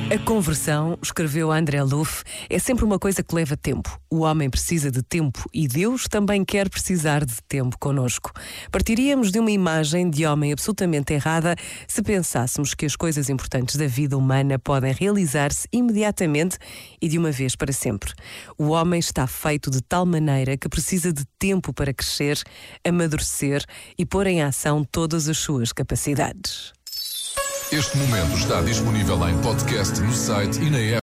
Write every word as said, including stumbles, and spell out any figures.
A conversão, escreveu André Luff, é sempre uma coisa que leva tempo. O homem precisa de tempo e Deus também quer precisar de tempo connosco. Partiríamos de uma imagem de homem absolutamente errada se pensássemos que as coisas importantes da vida humana podem realizar-se imediatamente e de uma vez para sempre. O homem está feito de tal maneira que precisa de tempo para crescer, amadurecer e pôr em ação todas as suas capacidades. Este momento está disponível em podcast no site e na app.